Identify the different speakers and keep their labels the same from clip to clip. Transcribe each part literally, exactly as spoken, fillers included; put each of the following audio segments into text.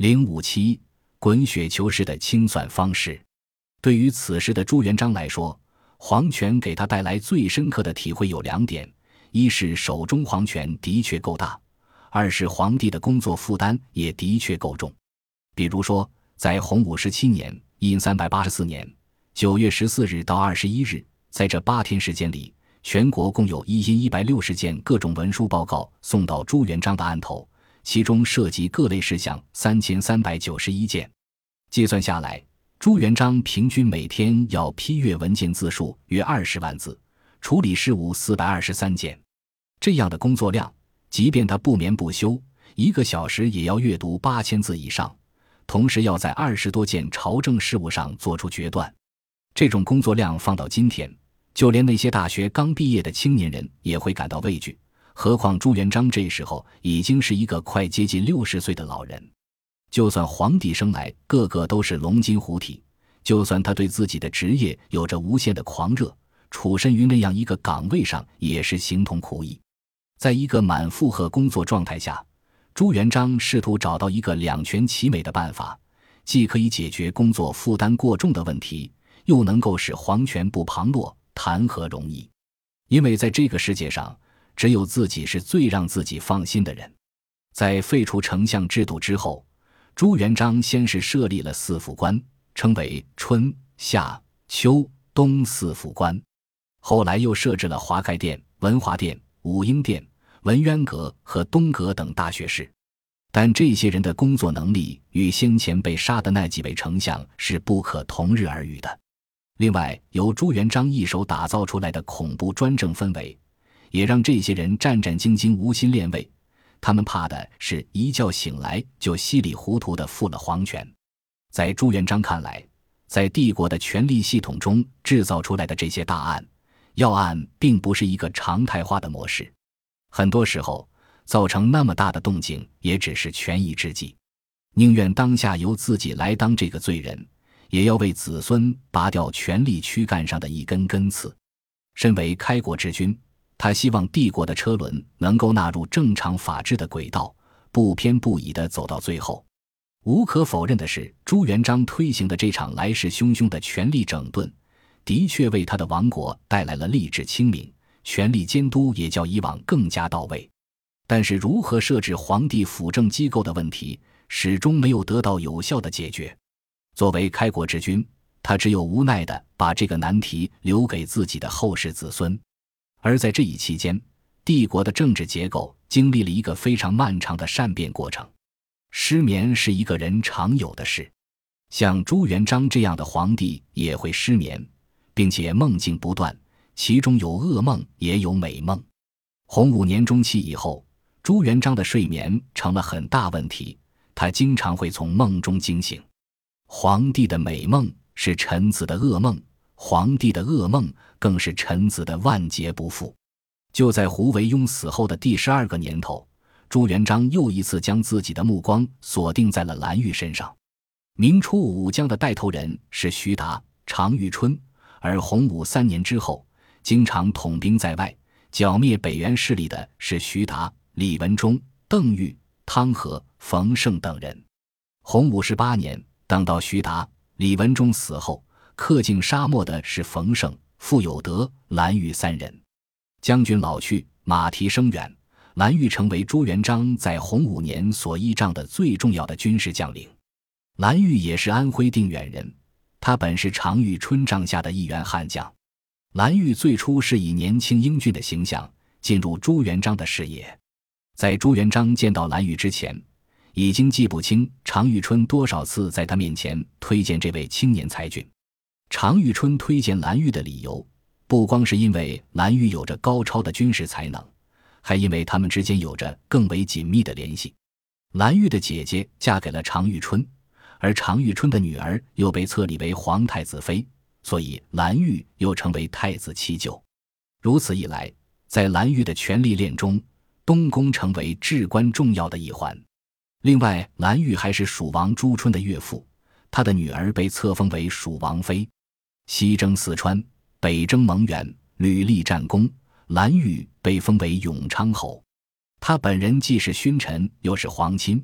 Speaker 1: 零五七滚雪球式的清算方式。对于此时的朱元璋来说，皇权给他带来最深刻的体会有两点：一是手中皇权的确够大，二是皇帝的工作负担也的确够重。比如说，在洪武十七年（殷三百八十四年）九月十四日到二十一日，在这八天时间里，全国共有一千一百六十件各种文书报告送到朱元璋的案头，其中涉及各类事项三千三百九十一件。计算下来，朱元璋平均每天要批阅文件字数约二十万字，处理事务四百二十三件。这样的工作量，即便他不眠不休，一个小时也要阅读八千字以上，同时要在二十多件朝政事务上做出决断。这种工作量放到今天，就连那些大学刚毕业的青年人也会感到畏惧，何况朱元璋这时候已经是一个快接近六十岁的老人。就算皇帝生来个个都是龙筋虎体，就算他对自己的职业有着无限的狂热，处身于那样一个岗位上也是形同苦役。在一个满负荷工作状态下，朱元璋试图找到一个两全其美的办法，既可以解决工作负担过重的问题，又能够使皇权不旁落，谈何容易？因为在这个世界上，只有自己是最让自己放心的人。在废除丞相制度之后，朱元璋先是设立了四府官，称为春、夏、秋、冬四府官，后来又设置了华盖殿、文华殿、武英殿、文渊阁和东阁等大学士。但这些人的工作能力与先前被杀的那几位丞相是不可同日而语的。另外，由朱元璋一手打造出来的恐怖专政氛围，也让这些人战战兢兢，无心恋卫。他们怕的是一觉醒来就稀里糊涂地负了皇权。在朱元璋看来，在帝国的权力系统中制造出来的这些大案、要案并不是一个常态化的模式，很多时候造成那么大的动静也只是权宜之计，宁愿当下由自己来当这个罪人，也要为子孙拔掉权力躯干上的一根根刺。身为开国之君，他希望帝国的车轮能够纳入正常法治的轨道，不偏不倚地走到最后。无可否认的是，朱元璋推行的这场来势汹汹的权力整顿，的确为他的王国带来了吏治清明，权力监督也较以往更加到位。但是如何设置皇帝辅政机构的问题，始终没有得到有效的解决。作为开国之君，他只有无奈地把这个难题留给自己的后世子孙。而在这一期间，帝国的政治结构经历了一个非常漫长的善变过程。失眠是一个人常有的事，像朱元璋这样的皇帝也会失眠，并且梦境不断，其中有噩梦也有美梦。洪武年中期以后，朱元璋的睡眠成了很大问题，他经常会从梦中惊醒。皇帝的美梦是臣子的噩梦，皇帝的噩梦更是臣子的万劫不复。就在胡惟庸死后的第十二个年头，朱元璋又一次将自己的目光锁定在了蓝玉身上。明初武将的带头人是徐达、常遇春，而洪武三年之后，经常统兵在外，剿灭北元势力的是徐达、李文忠、邓愈、汤和、冯胜等人。洪武十八年，等到徐达、李文忠死后，恪尽沙漠的是冯胜、傅有德、蓝玉三人。将军老去，马蹄声远，蓝玉成为朱元璋在洪武年所依仗的最重要的军事将领。蓝玉也是安徽定远人，他本是常遇春帐下的一员悍将。蓝玉最初是以年轻英俊的形象进入朱元璋的视野。在朱元璋见到蓝玉之前，已经记不清常遇春多少次在他面前推荐这位青年才俊。常遇春推荐蓝玉的理由，不光是因为蓝玉有着高超的军事才能，还因为他们之间有着更为紧密的联系。蓝玉的姐姐嫁给了常遇春，而常遇春的女儿又被册立为皇太子妃，所以蓝玉又成为太子七舅。如此一来，在蓝玉的权力链中，东宫成为至关重要的一环。另外，蓝玉还是蜀王朱春的岳父，他的女儿被册封为蜀王妃。西征四川，北征蒙远，屡立战功，蓝玉被封为永昌侯。他本人既是勋臣又是皇亲，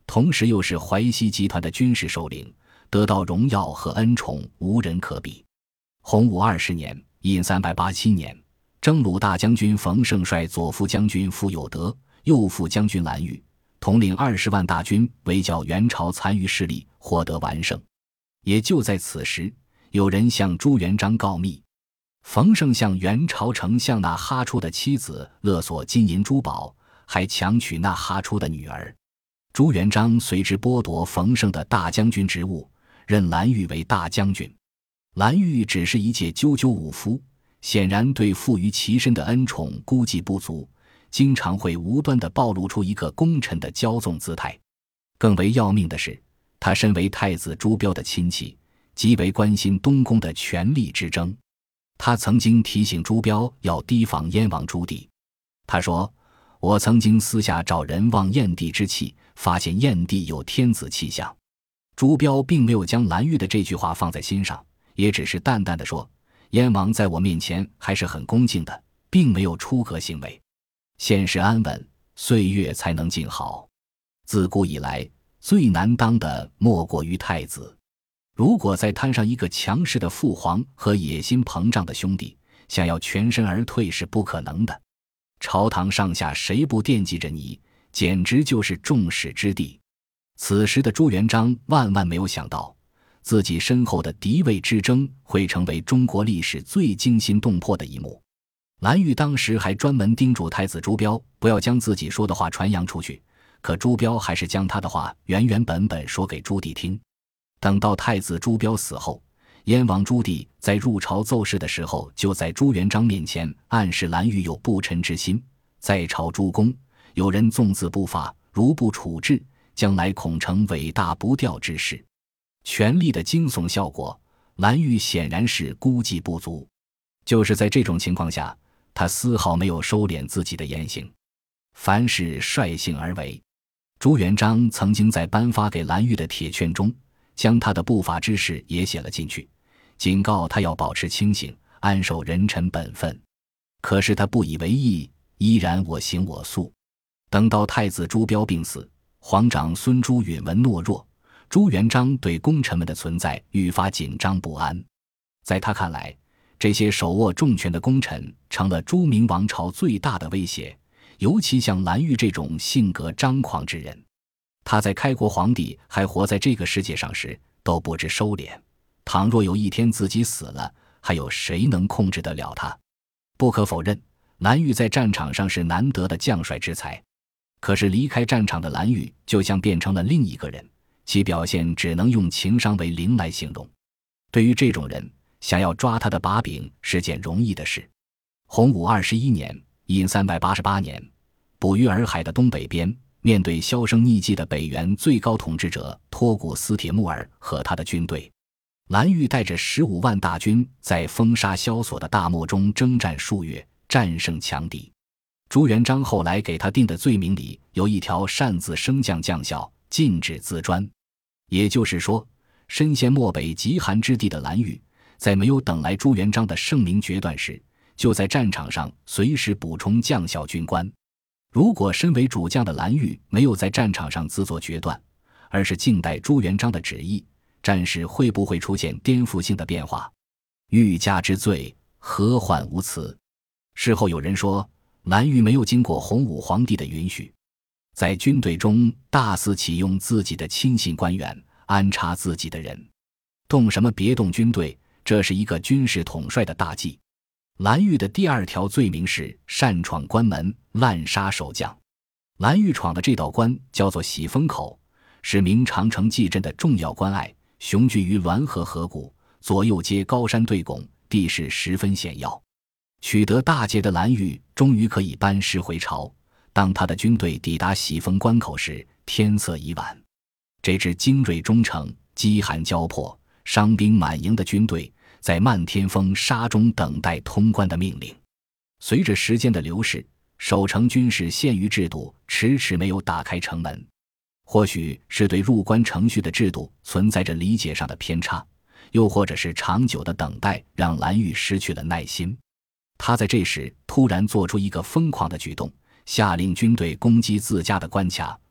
Speaker 1: 同时又是淮西集团的军事首领，得到荣耀和恩宠无人可比。洪武二十年（一三八七年），征虏大将军冯胜率左副将军傅有德、右副将军蓝玉，统领二十万大军围剿元朝残余势力，获得完胜。也就在此时，有人向朱元璋告密，冯胜向元朝丞相那哈出的妻子勒索金银珠宝，还强娶那哈出的女儿。朱元璋随之剥夺冯胜的大将军职务，任蓝玉为大将军。蓝玉只是一介赳赳武夫，显然对附于其身的恩宠估计不足，经常会无端地暴露出一个功臣的骄纵姿态。更为要命的是，他身为太子朱标的亲戚，极为关心东宫的权力之争。他曾经提醒朱标要提防燕王朱棣。他说，我曾经私下找人望燕帝之气，发现燕帝有天子气象。朱标并没有将蓝玉的这句话放在心上，也只是淡淡地说，燕王在我面前还是很恭敬的，并没有出格行为。现实安稳，岁月才能静好。自古以来，最难当的莫过于太子。如果再摊上一个强势的父皇和野心膨胀的兄弟，想要全身而退是不可能的。朝堂上下谁不惦记着你，简直就是众矢之的。此时的朱元璋万万没有想到，自己身后的嫡位之争会成为中国历史最惊心动魄的一幕。蓝玉当时还专门叮嘱太子朱标不要将自己说的话传扬出去，可朱标还是将他的话原原本本说给朱棣听。等到太子朱标死后，燕王朱棣在入朝奏事的时候，就在朱元璋面前暗示蓝玉有不臣之心，在朝诸公有人纵自不法，如不处置，将来恐成伟大不掉之事。权力的惊悚效果，蓝玉显然是估计不足。就是在这种情况下，他丝毫没有收敛自己的言行，凡事率性而为。朱元璋曾经在颁发给蓝玉的铁券中，将他的不法之事也写了进去，警告他要保持清醒，安守人臣本分。可是他不以为意，依然我行我素。等到太子朱标病死，皇长孙朱允文懦弱，朱元璋对功臣们的存在愈发紧张不安。在他看来，这些手握重权的功臣成了朱明王朝最大的威胁，尤其像蓝玉这种性格张狂之人。他在开国皇帝还活在这个世界上时都不知收敛，倘若有一天自己死了，还有谁能控制得了他？不可否认，蓝玉在战场上是难得的将帅之才，可是离开战场的蓝玉就像变成了另一个人，其表现只能用情商为零来形容。对于这种人，想要抓他的把柄是件容易的事。洪武二十一年（一三八八年），捕鱼洱海的东北边，面对销声匿迹的北元最高统治者托古斯铁木儿和他的军队，蓝玉带着十五万大军在风沙萧索的大漠中征战数月，战胜强敌。朱元璋后来给他定的罪名里有一条擅自升降将校，禁止自专。也就是说，身陷漠北极寒之地的蓝玉，在没有等来朱元璋的圣明决断时，就在战场上随时补充将校军官。如果身为主将的蓝玉没有在战场上自作决断，而是静待朱元璋的旨意，战事会不会出现颠覆性的变化？欲加之罪，何患无辞？事后有人说，蓝玉没有经过洪武皇帝的允许，在军队中大肆启用自己的亲信官员，安插自己的人。动什么别动军队，这是一个军事统帅的大忌。蓝玉的第二条罪名是擅闯关门，滥杀守将。蓝玉闯的这道关叫做喜峰口，是明长城蓟镇的重要关隘，雄踞于滦河河谷，左右皆高山对拱，地势十分险要。取得大捷的蓝玉终于可以班师回朝。当他的军队抵达喜峰关口时，天色已晚。这支精锐忠诚、饥寒交迫、伤兵满营的军队在漫天风沙中等待通关的命令。随着时间的流逝，守城军事限于制度迟迟没有打开城门。或许是对入关程序的制度存在着理解上的偏差，又或者是长久的等待让蓝玉失去了耐心。他在这时突然做出一个疯狂的举动，下令军队攻击自家的关卡，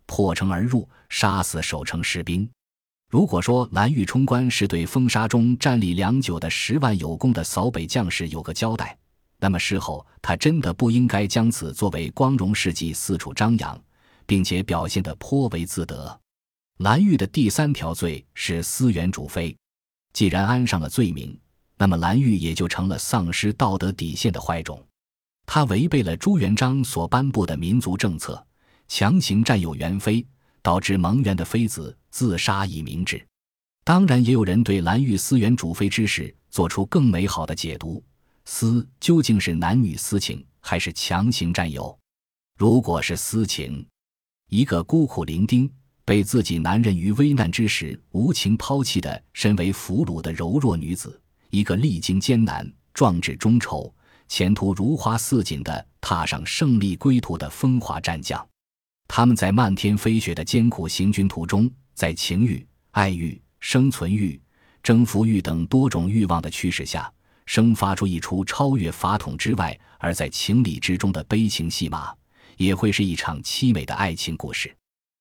Speaker 1: 破城而入，杀死守城士兵。如果说蓝玉冲关是对风沙中站立良久的十万有功的扫北将士有个交代，那么事后他真的不应该将此作为光荣事迹四处张扬，并且表现得颇为自得。蓝玉的第三条罪是私远主妃，既然安上了罪名，那么蓝玉也就成了丧失道德底线的坏种。他违背了朱元璋所颁布的民族政策，强行占有元妃，导致蒙元的妃子自杀以明志。当然也有人对蓝玉私远主妃之事做出更美好的解读，私究竟是男女私情，还是强行占有？如果是私情，一个孤苦伶仃，被自己男人于危难之时无情抛弃的身为俘虏的柔弱女子，一个历经艰难壮志中筹，前途如花似锦的踏上胜利归途的风华战将。他们在漫天飞雪的艰苦行军途中，在情欲、爱欲、生存欲、征服欲等多种欲望的驱使下，生发出一出超越法统之外而在情理之中的悲情戏码，也会是一场凄美的爱情故事。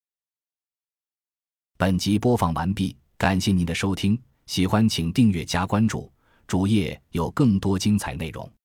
Speaker 1: 本集播放完毕，感谢您的收听，喜欢请订阅加关注，主页有更多精彩内容。